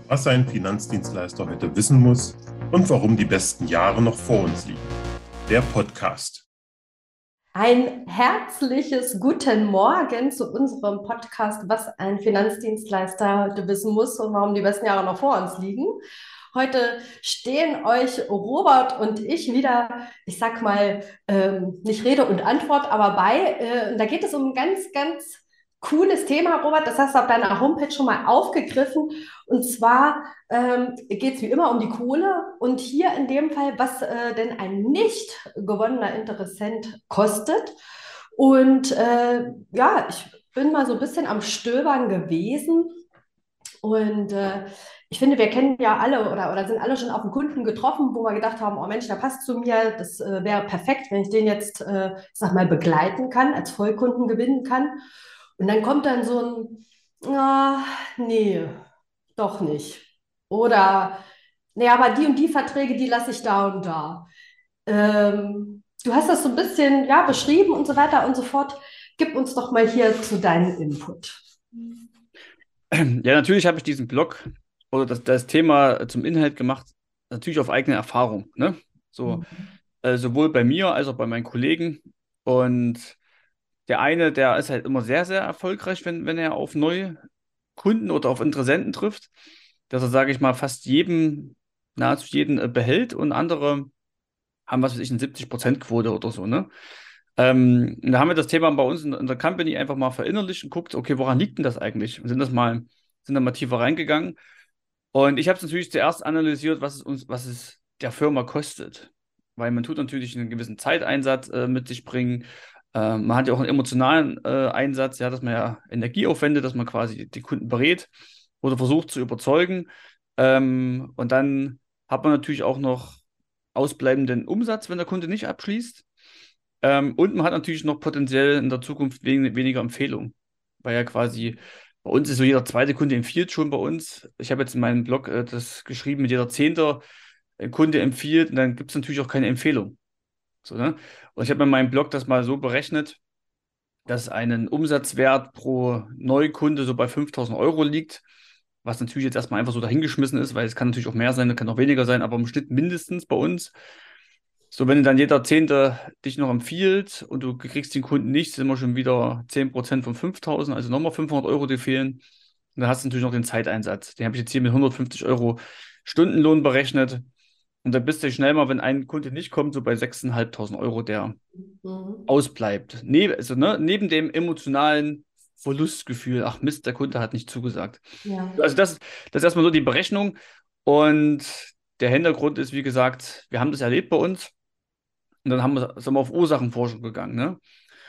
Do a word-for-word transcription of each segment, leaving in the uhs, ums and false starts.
Was ein Finanzdienstleister heute wissen muss und warum die besten Jahre noch vor uns liegen. Der Podcast. Ein herzliches Guten Morgen zu unserem Podcast, was ein Finanzdienstleister heute wissen muss und warum die besten Jahre noch vor uns liegen. Heute stehen euch Robert und ich wieder, ich sag mal, ähm, nicht Rede und Antwort, aber bei. Äh, da geht es um ein ganz, ganz cooles Thema, Robert. Das hast du auf deiner Homepage schon mal aufgegriffen. Und zwar ähm, geht es wie immer um die Kohle und hier in dem Fall, was äh, denn ein nicht gewonnener Interessent kostet. Und äh, ja, ich bin mal so ein bisschen am Stöbern gewesen und äh, ich finde, wir kennen ja alle oder, oder sind alle schon auf einen Kunden getroffen, wo wir gedacht haben, oh Mensch, der passt zu mir, das äh, wäre perfekt, wenn ich den jetzt, äh, ich sag mal, begleiten kann, als Vollkunden gewinnen kann. Und dann kommt dann so ein, ah, nee, doch nicht. Oder, nee, aber die und die Verträge, die lasse ich da und da. Ähm, du hast das so ein bisschen, ja, beschrieben und so weiter und so fort. Gib uns doch mal hier zu deinem Input. Ja, natürlich habe ich diesen Blog oder das, das Thema zum Inhalt gemacht, natürlich auf eigene Erfahrung, ne? So, äh, sowohl bei mir als auch bei meinen Kollegen. Und der eine, der ist halt immer sehr, sehr erfolgreich, wenn, wenn er auf neue Kunden oder auf Interessenten trifft, dass er, sage ich mal, fast jeden, nahezu jeden äh, behält und andere haben, was weiß ich, eine siebzig-Prozent-Quote oder so, ne? Ähm, und da haben wir das Thema bei uns in, in der Company einfach mal verinnerlicht und guckt, okay, woran liegt denn das eigentlich? Und sind das mal, sind da mal tiefer reingegangen. Und ich habe es natürlich zuerst analysiert, was es uns, was es der Firma kostet. Weil man tut natürlich einen gewissen Zeiteinsatz äh, mit sich bringen. Äh, man hat ja auch einen emotionalen äh, Einsatz, ja, dass man ja Energie aufwendet, dass man quasi die Kunden berät oder versucht zu überzeugen. Ähm, und dann hat man natürlich auch noch ausbleibenden Umsatz, wenn der Kunde nicht abschließt. Ähm, und man hat natürlich noch potenziell in der Zukunft wen weniger Empfehlungen, weil ja quasi bei uns ist so jeder zweite Kunde empfiehlt schon bei uns. Ich habe jetzt in meinem Blog äh, das geschrieben, mit jeder zehnte äh, Kunde empfiehlt und dann gibt es natürlich auch keine Empfehlung. So, ne? Und ich habe in meinem Blog das mal so berechnet, dass ein Umsatzwert pro Neukunde so bei fünftausend Euro liegt, was natürlich jetzt erstmal einfach so dahingeschmissen ist, weil es kann natürlich auch mehr sein, kann auch weniger sein, aber im Schnitt mindestens bei uns. So, wenn dann jeder Zehnte dich noch empfiehlt und du kriegst den Kunden nicht, sind wir schon wieder zehn Prozent von fünftausend, also nochmal fünfhundert Euro, die fehlen. Und dann hast du natürlich noch den Zeiteinsatz. Den habe ich jetzt hier mit hundertfünfzig Euro Stundenlohn berechnet. Und dann bist du schnell mal, wenn ein Kunde nicht kommt, so bei sechstausendfünfhundert Euro, der Mhm. ausbleibt. Neb also, ne, neben dem emotionalen Verlustgefühl, ach Mist, der Kunde hat nicht zugesagt. Ja. Also das, das ist erstmal so die Berechnung. Und der Hintergrund ist, wie gesagt, wir haben das erlebt bei uns. Und dann haben wir, sind wir auf Ursachenforschung gegangen, ne?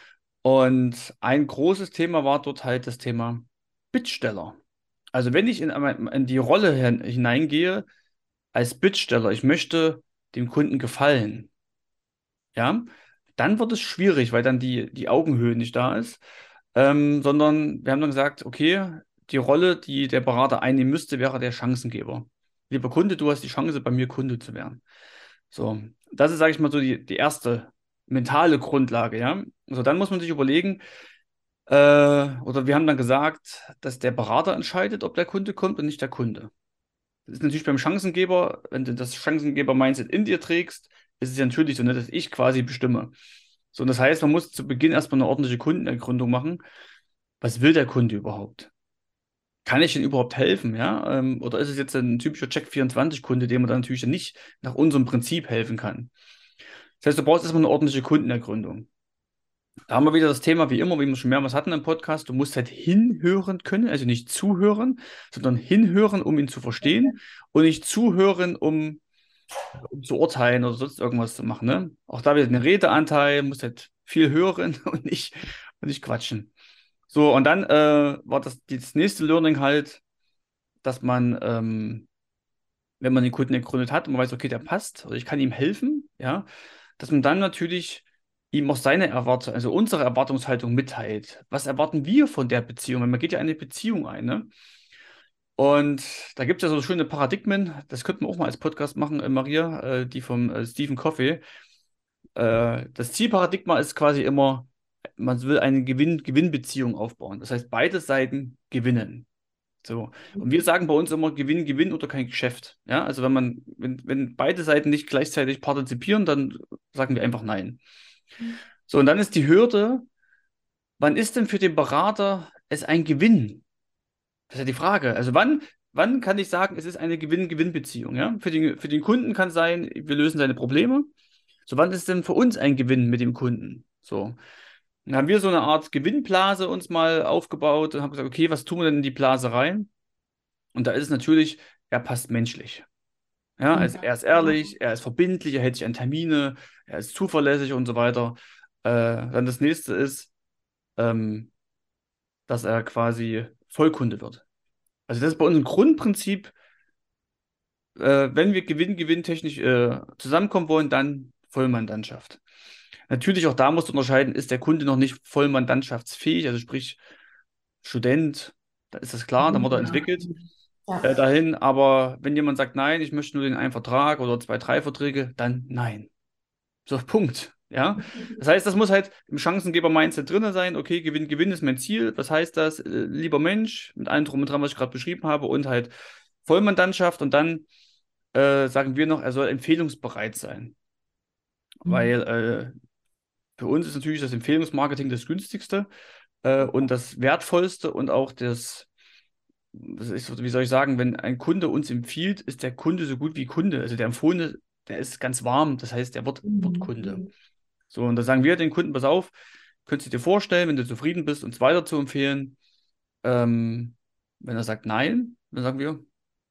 Und ein großes Thema war dort halt das Thema Bittsteller. Also wenn ich in, in die Rolle hin- hineingehe als Bittsteller, ich möchte dem Kunden gefallen, ja, dann wird es schwierig, weil dann die, die Augenhöhe nicht da ist, ähm, sondern wir haben dann gesagt, okay, die Rolle, die der Berater einnehmen müsste, wäre der Chancengeber. Lieber Kunde, du hast die Chance, bei mir Kunde zu werden. So, das ist, sage ich mal, so die, die erste mentale Grundlage, ja. Also dann muss man sich überlegen, äh, oder wir haben dann gesagt, dass der Berater entscheidet, ob der Kunde kommt und nicht der Kunde. Das ist natürlich beim Chancengeber, wenn du das Chancengeber-Mindset in dir trägst, ist es ja natürlich so, ne, dass ich quasi bestimme. So, und das heißt, man muss zu Beginn erstmal eine ordentliche Kundenergründung machen. Was will der Kunde überhaupt? Kann ich ihm überhaupt helfen, ja? Ähm, oder ist es jetzt ein typischer Check vierundzwanzig-Kunde, dem man dann natürlich nicht nach unserem Prinzip helfen kann? Das heißt, du brauchst erstmal eine ordentliche Kundenergründung. Da haben wir wieder das Thema, wie immer, wie wir schon mehrmals hatten im Podcast, du musst halt hinhören können, also nicht zuhören, sondern hinhören, um ihn zu verstehen und nicht zuhören, um, um zu urteilen oder sonst irgendwas zu machen. Ne? Auch da wieder den Redeanteil, musst halt viel hören und nicht, und nicht quatschen. So, und dann äh, war das, das nächste Learning halt, dass man, ähm, wenn man den Kunden gegründet hat und man weiß, okay, der passt oder ich kann ihm helfen, ja, dass man dann natürlich ihm auch seine Erwartung, also unsere Erwartungshaltung mitteilt. Was erwarten wir von der Beziehung? Weil man geht ja eine Beziehung ein, ne? Und da gibt es ja so schöne Paradigmen, das könnten wir auch mal als Podcast machen, äh, Maria, äh, die vom äh, Stephen Covey. Äh, das Zielparadigma ist quasi immer, man will eine Gewinn Gewinnbeziehung aufbauen. Das heißt, beide Seiten gewinnen. So. Und wir sagen bei uns immer Gewinn, Gewinn oder kein Geschäft. Ja, also wenn man, wenn, wenn beide Seiten nicht gleichzeitig partizipieren, dann sagen wir einfach nein. So, und dann ist die Hürde, wann ist denn für den Berater es ein Gewinn? Das ist ja die Frage. Also wann, wann kann ich sagen, es ist eine Gewinn-Gewinn-Beziehung? Ja? Für den, für den Kunden kann es sein, wir lösen seine Probleme. So, wann ist denn für uns ein Gewinn mit dem Kunden? So. Dann haben wir so eine Art Gewinnblase uns mal aufgebaut und haben gesagt, okay, was tun wir denn in die Blase rein? Und da ist es natürlich, er passt menschlich. Ja, also er ist ehrlich, er ist verbindlich, er hält sich an Termine, er ist zuverlässig und so weiter. Äh, dann das nächste ist, ähm, dass er quasi Vollkunde wird. Also das ist bei uns ein Grundprinzip, äh, wenn wir gewinn-gewinn-technisch äh, zusammenkommen wollen, dann Vollmandantschaft. Natürlich auch da musst du unterscheiden, ist der Kunde noch nicht vollmandantschaftsfähig, also sprich Student, da ist das klar, dann wird er entwickelt Ja. äh, dahin. Aber wenn jemand sagt, nein, ich möchte nur den einen Vertrag oder zwei, drei Verträge, dann nein. So, Punkt. Ja, das heißt, das muss halt im Chancengeber-Mindset drin sein. Okay, Gewinn, Gewinn ist mein Ziel. Was heißt das? Äh, lieber Mensch, mit allem drum und dran, was ich gerade beschrieben habe, und halt Vollmandantschaft. Und dann äh, sagen wir noch, er soll empfehlungsbereit sein. Weil äh, für uns ist natürlich das Empfehlungsmarketing das günstigste äh, und das wertvollste und auch das, das ist, wie soll ich sagen, wenn ein Kunde uns empfiehlt, ist der Kunde so gut wie Kunde. Also der Empfohlene, der ist ganz warm. Das heißt, der wird, wird Kunde. So, und da sagen wir den Kunden, pass auf, könntest du dir vorstellen, wenn du zufrieden bist, uns weiter zu empfehlen. Ähm, wenn er sagt nein, dann sagen wir,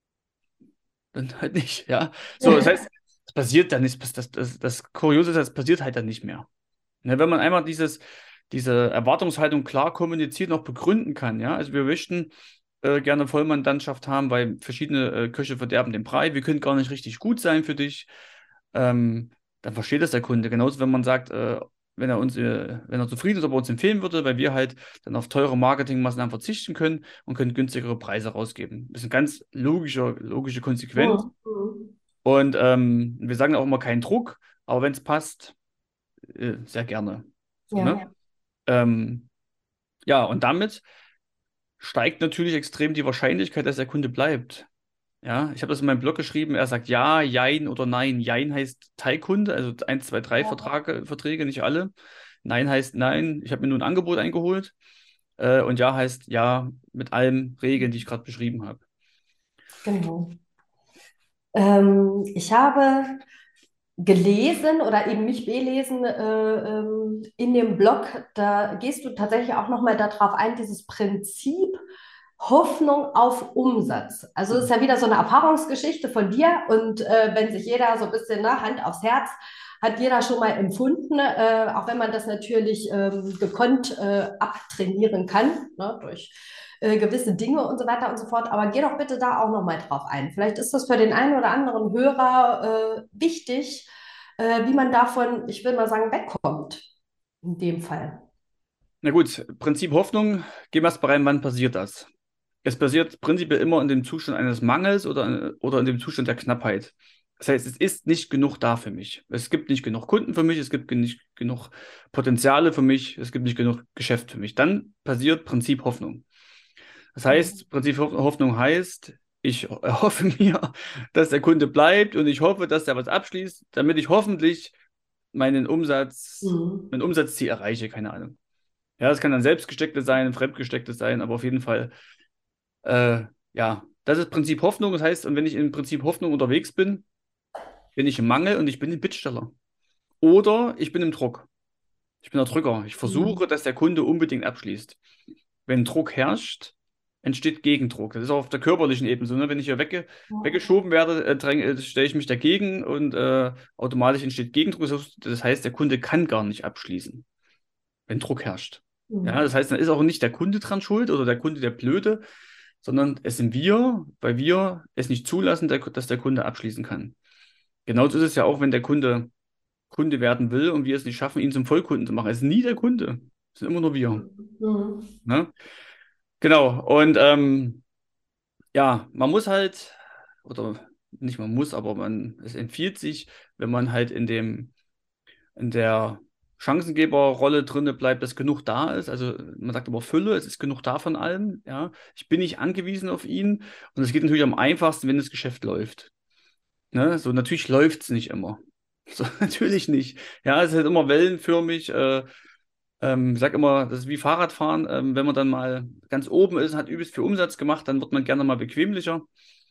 dann halt nicht, ja. So, das heißt, es passiert dann nicht, das, das, das, das Kuriose ist, es passiert halt dann nicht mehr. Ne, wenn man einmal dieses, diese Erwartungshaltung klar kommuniziert und auch begründen kann, ja, also wir möchten äh, gerne Vollmandantschaft haben, weil verschiedene äh, Köche verderben den Brei, wir können gar nicht richtig gut sein für dich. Ähm, dann versteht das der Kunde. Genauso, wenn man sagt, äh, wenn er uns, äh, wenn er zufrieden ist, ob er uns empfehlen würde, weil wir halt dann auf teure Marketingmaßnahmen verzichten können und können günstigere Preise rausgeben. Das ist eine ganz logische, logische Konsequenz. Mhm. Und ähm, wir sagen auch immer keinen Druck, aber wenn es passt, äh, sehr gerne. So, Ja. ne? Ähm, ja, und damit steigt natürlich extrem die Wahrscheinlichkeit, dass der Kunde bleibt. Ja, ich habe das in meinem Blog geschrieben. Er sagt ja, jein oder nein. Jein heißt Teilkunde, also eins, zwei, drei Verträge, Verträge, nicht alle. Nein heißt nein, ich habe mir nur ein Angebot eingeholt. Äh, und ja heißt ja mit allen Regeln, die ich gerade beschrieben habe. Genau. Ähm, ich habe gelesen oder eben mich belesen äh, ähm, in dem Blog, da gehst du tatsächlich auch nochmal darauf ein, dieses Prinzip Hoffnung auf Umsatz. Also es ist ja wieder so eine Erfahrungsgeschichte von dir und äh, wenn sich jeder so ein bisschen ne, Hand aufs Herz, hat jeder schon mal empfunden, äh, auch wenn man das natürlich ähm, gekonnt äh, abtrainieren kann, ne, durch äh, gewisse Dinge und so weiter und so fort. Aber geh doch bitte da auch nochmal drauf ein. Vielleicht ist das für den einen oder anderen Hörer äh, wichtig, äh, wie man davon, ich will mal sagen, wegkommt. In dem Fall. Na gut, Prinzip Hoffnung, gehen wir erst mal rein, wann passiert das? Es passiert prinzipiell immer in dem Zustand eines Mangels oder, oder in dem Zustand der Knappheit. Das heißt, es ist nicht genug da für mich. Es gibt nicht genug Kunden für mich, es gibt nicht genug Potenziale für mich, es gibt nicht genug Geschäft für mich. Dann passiert Prinzip Hoffnung. Das heißt, Prinzip Hoffnung heißt, ich hoffe mir, dass der Kunde bleibt und ich hoffe, dass er was abschließt, damit ich hoffentlich meinen Umsatz, Mhm. mein Umsatzziel erreiche, keine Ahnung. Ja, das kann dann selbstgesteckte sein, fremdgesteckte sein, aber auf jeden Fall, äh, ja, das ist Prinzip Hoffnung. Das heißt, und wenn ich im Prinzip Hoffnung unterwegs bin, bin ich im Mangel und ich bin ein Bittsteller. Oder ich bin im Druck. Ich bin der Drücker. Ich versuche, Mhm. dass der Kunde unbedingt abschließt. Wenn Druck herrscht, entsteht Gegendruck. Das ist auch auf der körperlichen Ebene so. Ne? Wenn ich hier wegge weggeschoben werde, äh, dräng- äh, stelle ich mich dagegen und äh, automatisch entsteht Gegendruck. Das das heißt, der Kunde kann gar nicht abschließen, wenn Druck herrscht. Ja, Mhm. das heißt, dann ist auch nicht der Kunde dran schuld oder der Kunde der Blöde, sondern es sind wir, weil wir es nicht zulassen, der, dass der Kunde abschließen kann. Genauso ist es ja auch, wenn der Kunde Kunde werden will und wir es nicht schaffen, ihn zum Vollkunden zu machen. Es ist nie der Kunde, es sind immer nur wir. Mhm. Ne? Genau, und ähm, ja, man muss halt, oder nicht man muss, aber man, es empfiehlt sich, wenn man halt in dem, in der Chancengeberrolle drinne bleibt, dass genug da ist. Also man sagt immer Fülle, es ist genug da von allem. Ja, ich bin nicht angewiesen auf ihn und es geht natürlich am einfachsten, wenn das Geschäft läuft. Ne? So natürlich läuft es nicht immer. So, natürlich nicht. Ja, es ist halt immer wellenförmig. Äh, ähm, ich sag immer, das ist wie Fahrradfahren. Ähm, wenn man dann mal ganz oben ist, hat übelst viel Umsatz gemacht, dann wird man gerne mal bequemlicher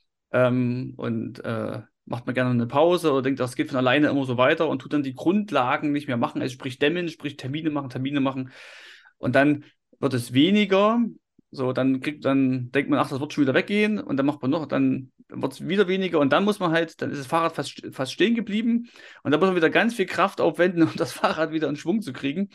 ähm, und äh, macht man gerne eine Pause oder denkt, das geht von alleine immer so weiter und tut dann die Grundlagen nicht mehr machen, also sprich dämmen, sprich Termine machen, Termine machen und dann wird es weniger, so dann kriegt, dann denkt man, ach, das wird schon wieder weggehen und dann macht man noch, dann wird es wieder weniger und dann muss man halt, dann ist das Fahrrad fast, fast stehen geblieben und dann muss man wieder ganz viel Kraft aufwenden, um das Fahrrad wieder in Schwung zu kriegen.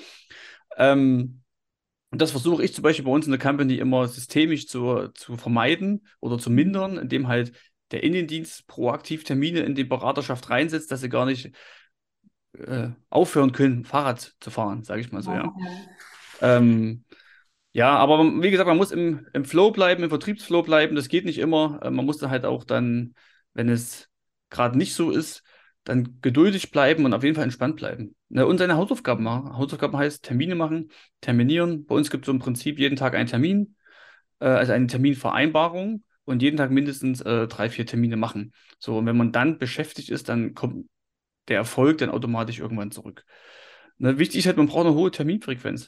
Ähm, und das versuche ich zum Beispiel bei uns in der Company immer systemisch zu, zu vermeiden oder zu mindern, indem halt der Innendienst proaktiv Termine in die Beraterschaft reinsetzt, dass sie gar nicht äh, aufhören können, Fahrrad zu fahren, sage ich mal so, ja. Ähm, ja, aber wie gesagt, man muss im, im Flow bleiben, im Vertriebsflow bleiben, das geht nicht immer. Äh, man muss dann halt auch dann, wenn es gerade nicht so ist, dann geduldig bleiben und auf jeden Fall entspannt bleiben. Ne, und seine Hausaufgaben machen. Hausaufgaben heißt Termine machen, terminieren. Bei uns gibt es so im Prinzip jeden Tag einen Termin, äh, also eine Terminvereinbarung und jeden Tag mindestens äh, drei, vier Termine machen. So, und wenn man dann beschäftigt ist, dann kommt der Erfolg dann automatisch irgendwann zurück. Ne, wichtig ist halt, man braucht eine hohe Terminfrequenz.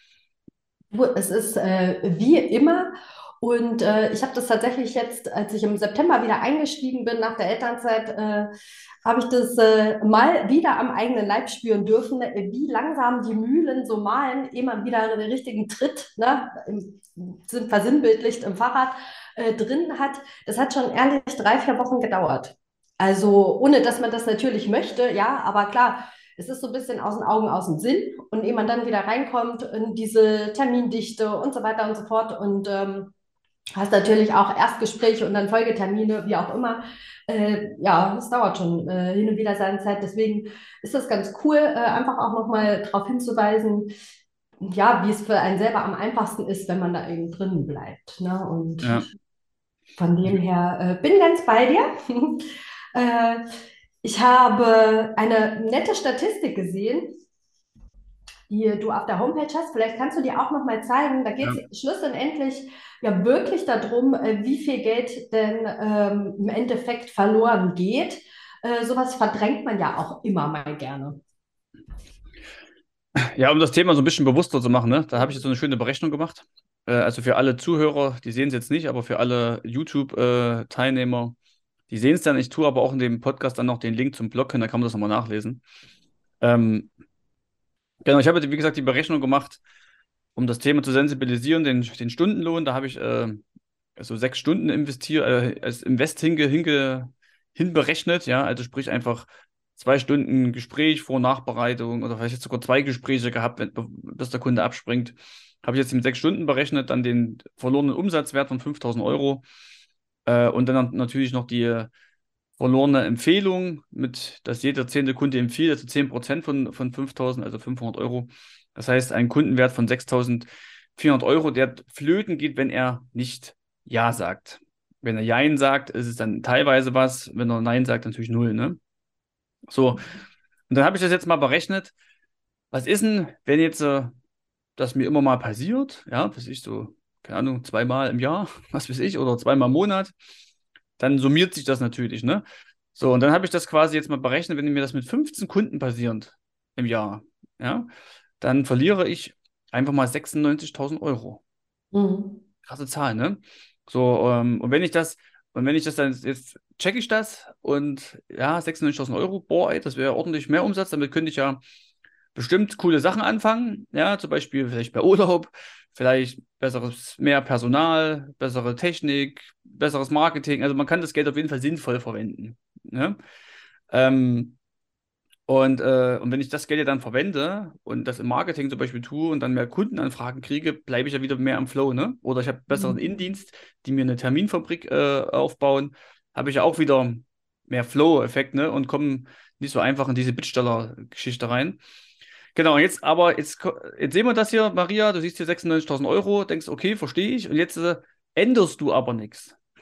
Du, es ist äh, wie immer. Und äh, ich habe das tatsächlich jetzt, als ich im September wieder eingestiegen bin nach der Elternzeit, äh, habe ich das äh, mal wieder am eigenen Leib spüren dürfen, äh, wie langsam die Mühlen so mahlen, ehe man wieder den richtigen Tritt, ne, im, sind versinnbildlicht im Fahrrad äh, drin hat. Das hat schon ehrlich drei, vier Wochen gedauert. Also ohne, dass man das natürlich möchte, ja, aber klar, es ist so ein bisschen aus den Augen, aus dem Sinn. Und ehe man dann wieder reinkommt in diese Termindichte und so weiter und so fort und ähm, hast natürlich auch Erstgespräche und dann Folgetermine, wie auch immer. Äh, ja, es dauert schon äh, hin und wieder seine Zeit. Deswegen ist das ganz cool, äh, einfach auch nochmal darauf hinzuweisen, ja, wie es für einen selber am einfachsten ist, wenn man da eben drin bleibt. Ne? Und Ja. von dem her äh, bin ganz bei dir. äh, ich habe eine nette Statistik gesehen, die du auf der Homepage hast. Vielleicht kannst du die auch noch mal zeigen. Da geht Ja. es schlussendlich ja wirklich darum, äh, wie viel Geld denn ähm, im Endeffekt verloren geht. Äh, sowas verdrängt man ja auch immer mal gerne. Ja, um das Thema so ein bisschen bewusster zu machen, ne? Da habe ich jetzt so eine schöne Berechnung gemacht. Äh, also für alle Zuhörer, die sehen es jetzt nicht, aber für alle YouTube-Teilnehmer, die sehen es dann. Ich tue aber auch in dem Podcast dann noch den Link zum Blog hin, da kann man das nochmal nachlesen. Ähm, genau, ich habe, wie gesagt, die Berechnung gemacht, um das Thema zu sensibilisieren, den, den Stundenlohn. Da habe ich äh, so sechs Stunden investiert, äh, als Invest hinge, hinge, hinberechnet, ja, also sprich einfach zwei Stunden Gespräch, Vor- und Nachbereitung oder vielleicht jetzt sogar zwei Gespräche gehabt, wenn, bis der Kunde abspringt. Habe ich jetzt mit sechs Stunden berechnet, dann den verlorenen Umsatzwert von fünftausend Euro äh, und dann natürlich noch die verlorene Empfehlung, mit, dass jeder zehnte Kunde empfiehlt, also zehn Prozent von, von fünftausend, also fünfhundert Euro. Das heißt, ein Kundenwert von sechstausendvierhundert Euro, der flöten geht, wenn er nicht Ja sagt. Wenn er Jein sagt, ist es dann teilweise was. Wenn er Nein sagt, natürlich null, ne? So. Und dann habe ich das jetzt mal berechnet. Was ist denn, wenn jetzt äh, das mir immer mal passiert? Ja, was ich so, keine Ahnung, zweimal im Jahr, was weiß ich, oder zweimal im Monat. Dann summiert sich das natürlich, ne? So, und dann habe ich das quasi jetzt mal berechnet, wenn mir das mit fünfzehn Kunden passiert im Jahr, ja, dann verliere ich einfach mal sechsundneunzigtausend Euro. Mhm. Krasse Zahl, ne? So, ähm, und wenn ich das, und wenn ich das dann jetzt checke ich das und ja, sechsundneunzigtausend Euro, boah, ey, das wäre ordentlich mehr Umsatz, damit könnte ich ja bestimmt coole Sachen anfangen, ja, zum Beispiel vielleicht bei Urlaub, vielleicht besseres, mehr Personal, bessere Technik, besseres Marketing. Also man kann das Geld auf jeden Fall sinnvoll verwenden. Ne? Ähm, und, äh, und wenn ich das Geld ja dann verwende und das im Marketing zum Beispiel tue und dann mehr Kundenanfragen kriege, bleibe ich ja wieder mehr am Flow, ne? Oder ich habe besseren Innendienst, die mir eine Terminfabrik äh, aufbauen, habe ich ja auch wieder mehr Flow-Effekt, ne? Und komme nicht so einfach in diese Bittsteller-Geschichte rein. Genau, jetzt aber, jetzt, ko- jetzt sehen wir das hier, Maria, du siehst hier sechsundneunzigtausend Euro, denkst, okay, verstehe ich, und jetzt äh, änderst du aber nichts.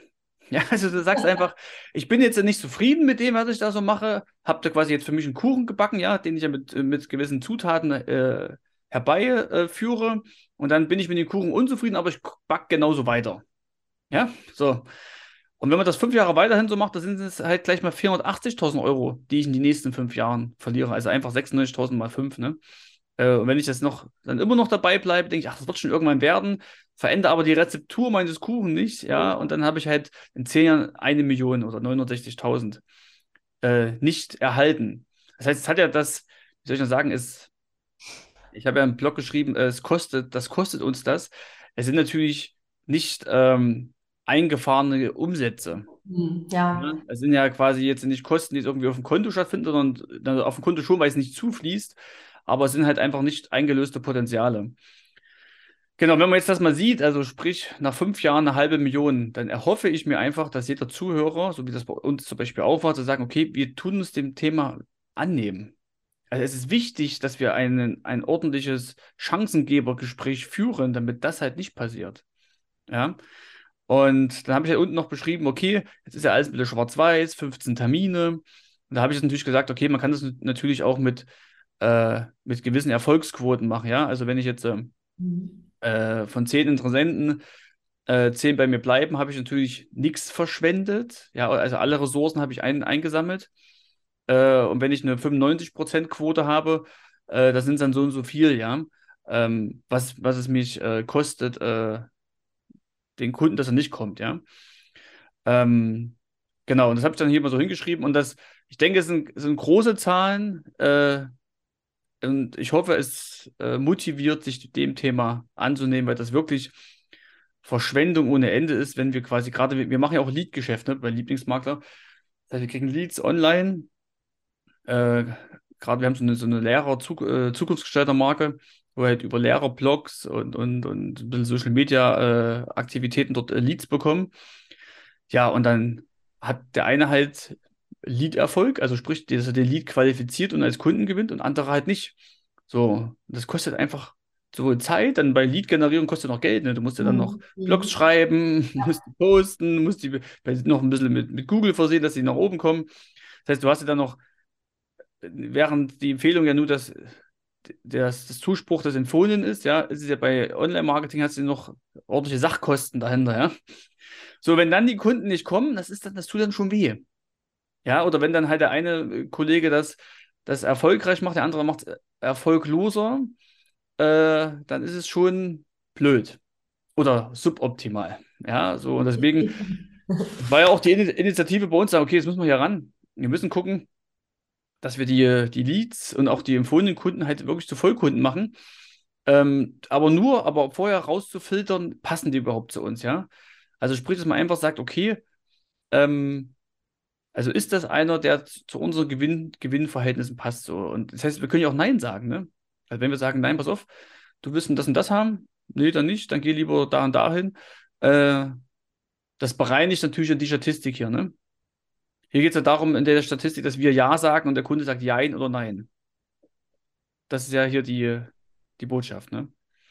Ja, also du sagst einfach, ich bin jetzt nicht zufrieden mit dem, was ich da so mache, habe da quasi jetzt für mich einen Kuchen gebacken, ja, den ich ja mit, mit gewissen Zutaten äh, herbeiführe äh, führe. Und dann bin ich mit dem Kuchen unzufrieden, aber ich backe genauso weiter. Ja, so. Und wenn man das fünf Jahre weiterhin so macht, dann sind es halt gleich mal vierhundertachtzigtausend Euro, die ich in den nächsten fünf Jahren verliere. Also einfach sechsundneunzigtausend mal fünf, ne? Äh, und wenn ich das noch, dann immer noch dabei bleibe, denke ich, ach, das wird schon irgendwann werden, verändere aber die Rezeptur meines Kuchen nicht, ja, und dann habe ich halt in zehn Jahren eine Million oder neunhundertsechzigtausend äh, nicht erhalten. Das heißt, es hat ja das, wie soll ich noch sagen, es, ich habe ja im Blog geschrieben, äh, es kostet, das kostet uns das. Es sind natürlich nicht ähm, eingefahrene Umsätze. Hm, ja. Ja, es sind ja quasi jetzt nicht Kosten, die jetzt irgendwie auf dem Konto stattfinden, sondern also auf dem Konto schon, weil es nicht zufließt, aber es sind halt einfach nicht eingelöste Potenziale. Genau, wenn man jetzt das mal sieht, also sprich nach fünf Jahren eine halbe Million, dann erhoffe ich mir einfach, dass jeder Zuhörer, so wie das bei uns zum Beispiel auch war, zu sagen, okay, wir tun uns dem Thema annehmen. Also es ist wichtig, dass wir einen, ein ordentliches Chancengebergespräch führen, damit das halt nicht passiert. Ja. Und dann habe ich ja unten noch beschrieben, okay, jetzt ist ja alles ein bisschen schwarz-weiß, fünfzehn Termine. Und da habe ich jetzt natürlich gesagt, okay, man kann das natürlich auch mit, äh, mit gewissen Erfolgsquoten machen, ja. Also wenn ich jetzt ähm, Hm. äh, von zehn Interessenten äh, zehn bei mir bleiben, habe ich natürlich nichts verschwendet. Ja, also alle Ressourcen habe ich ein, eingesammelt. Äh, und wenn ich eine fünfundneunzig-Prozent-Quote habe, äh, das sind dann so und so viel, ja. Ähm, was, was es mich äh, kostet, äh, den Kunden, dass er nicht kommt, ja. Ähm, genau, und das habe ich dann hier mal so hingeschrieben. Und das, ich denke, es sind, es sind große Zahlen. Äh, und ich hoffe, es äh, motiviert, sich dem Thema anzunehmen, weil das wirklich Verschwendung ohne Ende ist, wenn wir quasi gerade, wir wir machen ja auch Lead-Geschäft, ne, bei Lieblingsmakler. Das heißt, wir kriegen Leads online. Äh, Gerade wir haben so eine, so eine Lehrer -Zuk äh, Zukunftsgestalter-Marke, wo wir halt über Lehrerblogs und, und, und ein bisschen Social Media äh, Aktivitäten dort äh, Leads bekommen. Ja, und dann hat der eine halt Lead-Erfolg, also sprich, dass er den Lead qualifiziert und als Kunden gewinnt und andere halt nicht. So, das kostet einfach sowohl Zeit, dann bei Lead-Generierung kostet noch Geld, ne? Du musst ja dann noch Hm, Blogs hm. schreiben, musst die posten, musst die noch ein bisschen mit, mit Google versehen, dass sie nach oben kommen. Das heißt, du hast ja dann noch, während die Empfehlung ja nur das, das, das Zuspruch des Empfohlenen ist, ja, ist es ja bei Online-Marketing hast du noch ordentliche Sachkosten dahinter, ja. So, wenn dann die Kunden nicht kommen, das ist dann, das tut dann schon weh. Ja, oder wenn dann halt der eine Kollege das, das erfolgreich macht, der andere macht es erfolgloser, äh, dann ist es schon blöd oder suboptimal. Ja, so und deswegen war ja auch die Ini- Initiative bei uns, da, okay, jetzt müssen wir hier ran. Wir müssen gucken, dass wir die, die Leads und auch die empfohlenen Kunden halt wirklich zu Vollkunden machen. Ähm, aber nur, aber vorher rauszufiltern, passen die überhaupt zu uns, ja? Also sprich, dass man einfach sagt, okay, ähm, also ist das einer, der zu zu unseren Gewinn, Gewinnverhältnissen passt so. Und das heißt, wir können ja auch Nein sagen, ne? Also wenn wir sagen, nein, pass auf, du willst das und das haben, nee, dann nicht, dann geh lieber da und dahin. Äh, Das bereinigt natürlich an die Statistik hier, ne? Hier geht es ja darum, in der Statistik, dass wir Ja sagen und der Kunde sagt Jein oder Nein. Das ist ja hier die, die Botschaft, ne?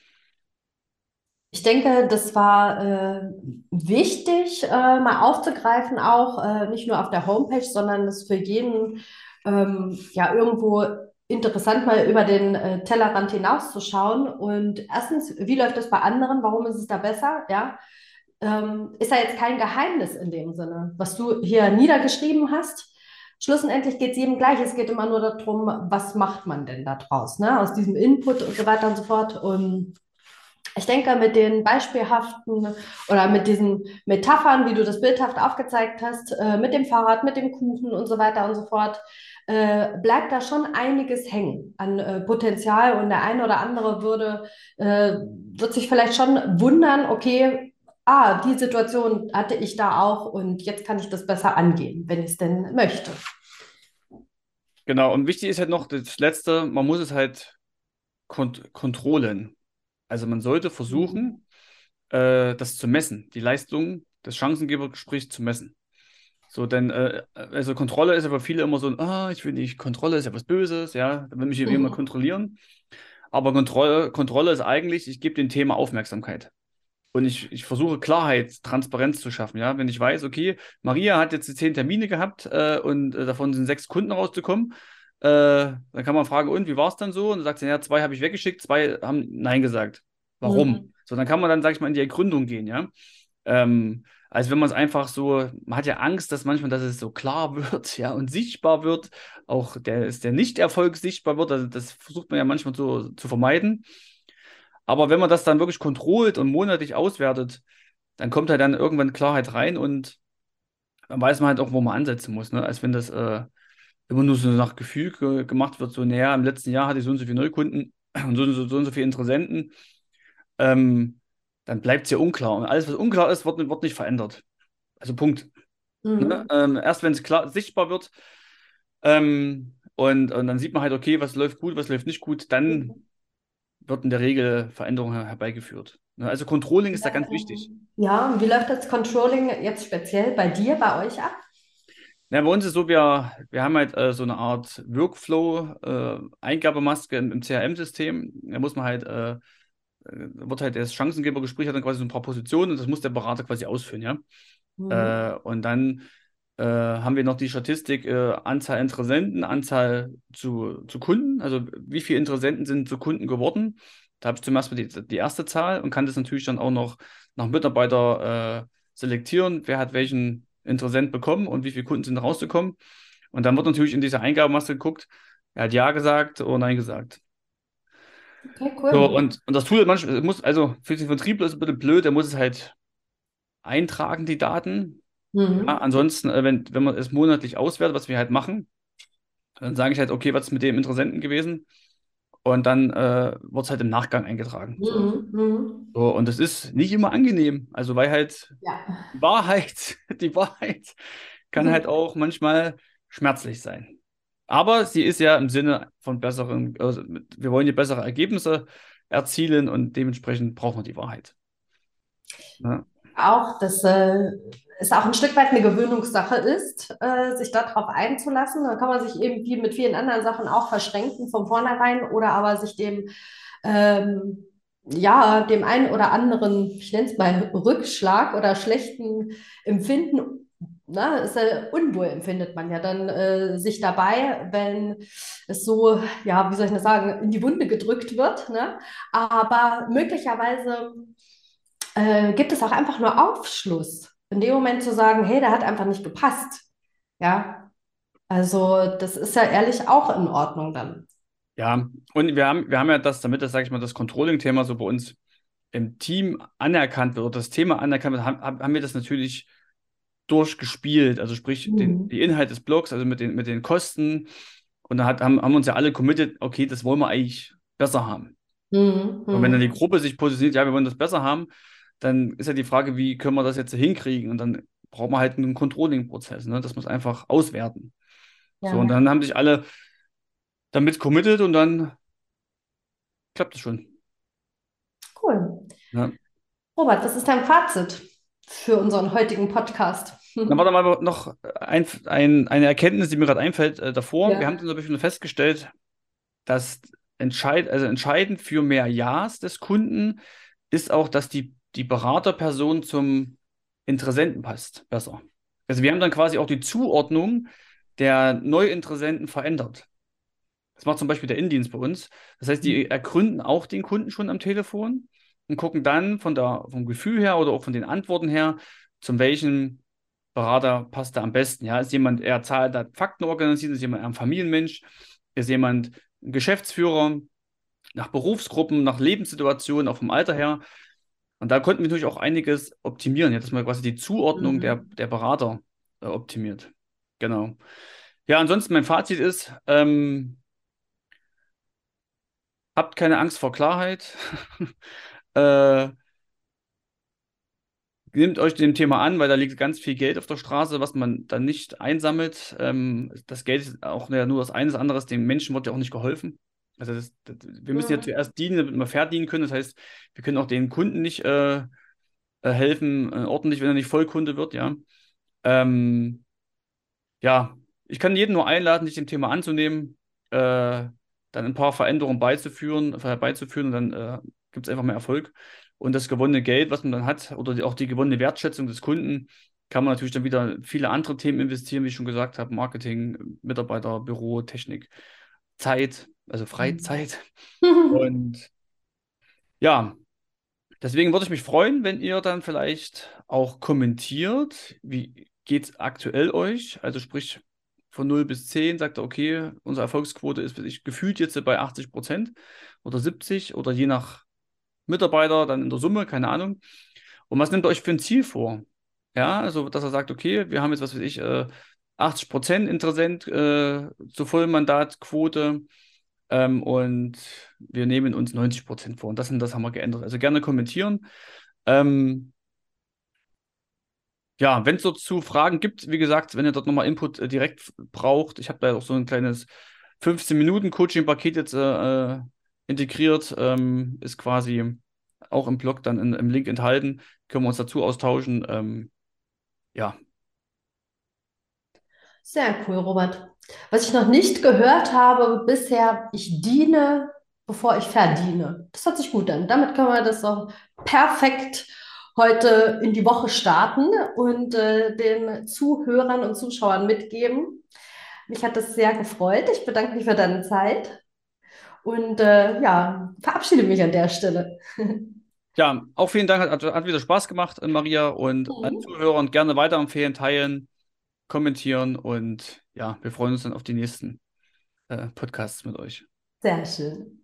Ich denke, das war äh, wichtig, äh, mal aufzugreifen, auch äh, nicht nur auf der Homepage, sondern das für jeden ähm, ja irgendwo interessant, mal über den äh, Tellerrand hinauszuschauen. Und erstens, wie läuft das bei anderen? Warum ist es da besser? Ja, ähm, ist ja jetzt kein Geheimnis in dem Sinne, was du hier niedergeschrieben hast. Schlussendlich geht es jedem gleich. Es geht immer nur darum, was macht man denn da draus, ne? Aus diesem Input und so weiter und so fort. Und ich denke, mit den beispielhaften oder mit diesen Metaphern, wie du das bildhaft aufgezeigt hast, äh, mit dem Fahrrad, mit dem Kuchen und so weiter und so fort, äh, bleibt da schon einiges hängen an äh, Potenzial und der eine oder andere würde, äh, wird sich vielleicht schon wundern, okay, ah, die Situation hatte ich da auch und jetzt kann ich das besser angehen, wenn ich es denn möchte. Genau, und wichtig ist halt noch das Letzte, man muss es halt kont kontrollen. Also man sollte Mhm. versuchen, äh, das zu messen, die Leistung des Chancengebergesprächs zu messen. So, denn äh, also Kontrolle ist aber für viele immer so, ein, ah, ich will nicht, Kontrolle ist ja was Böses, ja, da will mich jemand Mhm. kontrollieren. Aber Kontrolle, Kontrolle ist eigentlich, ich gebe dem Thema Aufmerksamkeit. Und ich, ich versuche Klarheit, Transparenz zu schaffen. Ja? Wenn ich weiß, okay, Maria hat jetzt die zehn Termine gehabt äh, und äh, davon sind sechs Kunden rausgekommen, äh, dann kann man fragen, und wie war es dann so? Und dann sagt sie, ja, zwei habe ich weggeschickt, zwei haben Nein gesagt. Warum? Mhm. So, dann kann man dann, sag ich mal, in die Ergründung gehen, ja. Ähm, als wenn man es einfach so, man hat ja Angst, dass manchmal, dass es so klar wird, ja, und sichtbar wird, auch der, ist der Nicht-Erfolg sichtbar wird, also das versucht man ja manchmal so zu vermeiden. Aber wenn man das dann wirklich kontrolliert und monatlich auswertet, dann kommt halt dann irgendwann Klarheit rein und dann weiß man halt auch, wo man ansetzen muss, ne? Als wenn das äh, immer nur so nach Gefühl ge gemacht wird, so, naja, im letzten Jahr hatte ich so und so viele Neukunden und so und so, so und so viele Interessenten, ähm, dann bleibt es ja unklar. Und alles, was unklar ist, wird, wird nicht verändert. Also Punkt. Ne? Mhm. Ähm, erst wenn es klar sichtbar wird ähm, und, und dann sieht man halt, okay, was läuft gut, was läuft nicht gut, dann Mhm. wird in der Regel Veränderung her herbeigeführt. Ne? Also Controlling ist da ganz wichtig. Ähm, Ja, und wie läuft das Controlling jetzt speziell bei dir, bei euch ab? Ja, bei uns ist so, wir, wir haben halt äh, so eine Art Workflow, äh, Eingabemaske im, im C R M-System. Da muss man halt, äh, äh, wird halt das Chancengebergespräch hat dann quasi so ein paar Positionen und das muss der Berater quasi ausführen, ja. Mhm. Äh, und dann äh, haben wir noch die Statistik, äh, Anzahl Interessenten, Anzahl zu, zu Kunden, also wie viele Interessenten sind zu Kunden geworden. Da habe ich zum Beispiel die, die erste Zahl und kann das natürlich dann auch noch nach Mitarbeiter äh, selektieren, wer hat welchen Interessent bekommen und wie viele Kunden sind rausgekommen. Und dann wird natürlich in dieser Eingabemaske geguckt, er hat Ja gesagt oder Nein gesagt. Okay, So, cool. und, und das Tool manchmal muss, also für den Vertriebler ist es ein bisschen blöd, der muss es halt eintragen, die Daten. Ja, Mhm. ansonsten, äh, wenn, wenn man es monatlich auswertet, was wir halt machen, dann sage ich halt, okay, was ist mit dem Interessenten gewesen? Und dann äh, wird es halt im Nachgang eingetragen. So. Mhm. Mhm. So, und das ist nicht immer angenehm. Also, weil halt Ja. die Wahrheit, die Wahrheit kann halt auch manchmal schmerzlich sein. Aber sie ist ja im Sinne von besseren, also mit- wir wollen ja bessere Ergebnisse erzielen und dementsprechend braucht man die Wahrheit. Ne? Auch, dass äh, es auch ein Stück weit eine Gewöhnungssache ist, äh, sich darauf einzulassen. Dann kann man sich eben wie mit vielen anderen Sachen auch verschränken von vornherein oder aber sich dem, ähm, ja, dem einen oder anderen, ich nenne es mal Rückschlag oder schlechten Empfinden, na, ist ja unwohl empfindet man ja dann äh, sich dabei, wenn es so, ja, wie soll ich das sagen, in die Wunde gedrückt wird, ne? Aber möglicherweise äh, gibt es auch einfach nur Aufschluss. In dem Moment zu sagen, hey, der hat einfach nicht gepasst. Ja, also das ist ja ehrlich auch in Ordnung dann. Ja, und wir haben, wir haben ja das, damit das, sage ich mal, das Controlling-Thema so bei uns im Team anerkannt wird oder das Thema anerkannt wird, haben, haben wir das natürlich durchgespielt. Also sprich, den, Mhm. die Inhalt des Blogs, also mit den, mit den Kosten. Und da hat, haben, haben uns ja alle committed, okay, das wollen wir eigentlich besser haben. Mhm. Und wenn dann die Mhm. Gruppe sich positioniert, ja, wir wollen das besser haben, dann ist ja die Frage, wie können wir das jetzt hinkriegen? Und dann braucht man halt einen Controlling-Prozess, ne? Das muss einfach auswerten. So, und Ja, dann haben sich alle damit committed und dann klappt es schon. cool. Ne? Robert, was ist dein Fazit für unseren heutigen Podcast? Dann war da mal noch ein, ein, eine Erkenntnis, die mir gerade einfällt, äh, davor. Wir haben Ja. zum Beispiel festgestellt, dass entscheid, also entscheidend für mehr Ja's des Kunden ist auch, dass die, die Beraterperson zum Interessenten passt, besser. Also wir haben dann quasi auch die Zuordnung der Neuinteressenten verändert. Das macht zum Beispiel der Indienst bei uns. Das heißt, die ergründen auch den Kunden schon am Telefon und gucken dann von der, vom Gefühl her oder auch von den Antworten her, zum welchen Berater passt da am besten. Ja, ist jemand eher Zahlen, Daten, Fakten organisiert, ist jemand eher ein Familienmensch, ist jemand ein Geschäftsführer, nach Berufsgruppen, nach Lebenssituationen, auch vom Alter her. Und da konnten wir natürlich auch einiges optimieren, ja, dass man quasi die Zuordnung der, Mhm. der Berater äh, optimiert. Genau. Ja, ansonsten mein Fazit ist, ähm, habt keine Angst vor Klarheit. äh, Nehmt euch dem Thema an, weil da liegt ganz viel Geld auf der Straße, was man dann nicht einsammelt. Ähm, das Geld ist auch ja, nur das eine, das andere, dem Menschen wird ja auch nicht geholfen. Also das, das, wir müssen ja Mhm. zuerst dienen, damit wir verdienen können. Das heißt, wir können auch den Kunden nicht äh, äh, helfen, äh, ordentlich, wenn er nicht Vollkunde wird, ja. Ähm, ja, ich kann jeden nur einladen, sich dem Thema anzunehmen, äh, dann ein paar Veränderungen beizuführen, herbeizuführen und dann äh, gibt es einfach mehr Erfolg. Und das gewonnene Geld, was man dann hat, oder die, auch die gewonnene Wertschätzung des Kunden, kann man natürlich dann wieder viele andere Themen investieren, wie ich schon gesagt habe, Marketing, Mitarbeiter, Büro, Technik, Zeit, also Freizeit. Und ja, deswegen würde ich mich freuen, wenn ihr dann vielleicht auch kommentiert, wie geht es aktuell euch? Also sprich von null bis zehn, sagt ihr, okay, unsere Erfolgsquote ist ich, gefühlt jetzt bei achtzig Prozent oder siebzig oder je nach Mitarbeiter dann in der Summe, keine Ahnung. Und was nehmt ihr euch für ein Ziel vor? Ja, also dass er sagt, okay, wir haben jetzt, was weiß ich, äh, achtzig Prozent Interessent äh, zur Vollmandatquote. Ähm, und wir nehmen uns neunzig Prozent vor. Und das und das haben wir geändert. Also gerne kommentieren. Ähm, ja, wenn es dazu Fragen gibt, wie gesagt, wenn ihr dort nochmal Input äh, direkt braucht, ich habe da auch so ein kleines fünfzehn Minuten Coaching-Paket jetzt äh, äh, integriert, ähm, ist quasi auch im Blog dann in, im Link enthalten. Können wir uns dazu austauschen. Ähm, ja, Sehr cool, Robert. Was ich noch nicht gehört habe bisher, ich diene, bevor ich verdiene. Das hört sich gut an. Damit können wir das auch perfekt heute in die Woche starten und äh, den Zuhörern und Zuschauern mitgeben. Mich hat das sehr gefreut. Ich bedanke mich für deine Zeit und äh, ja, verabschiede mich an der Stelle. ja, auch vielen Dank. Hat, hat wieder Spaß gemacht, äh, Maria. Und allen Mhm. Zuhörern gerne weiterempfehlen, teilen, kommentieren. Und ja, wir freuen uns dann auf die nächsten äh, Podcasts mit euch. Sehr schön.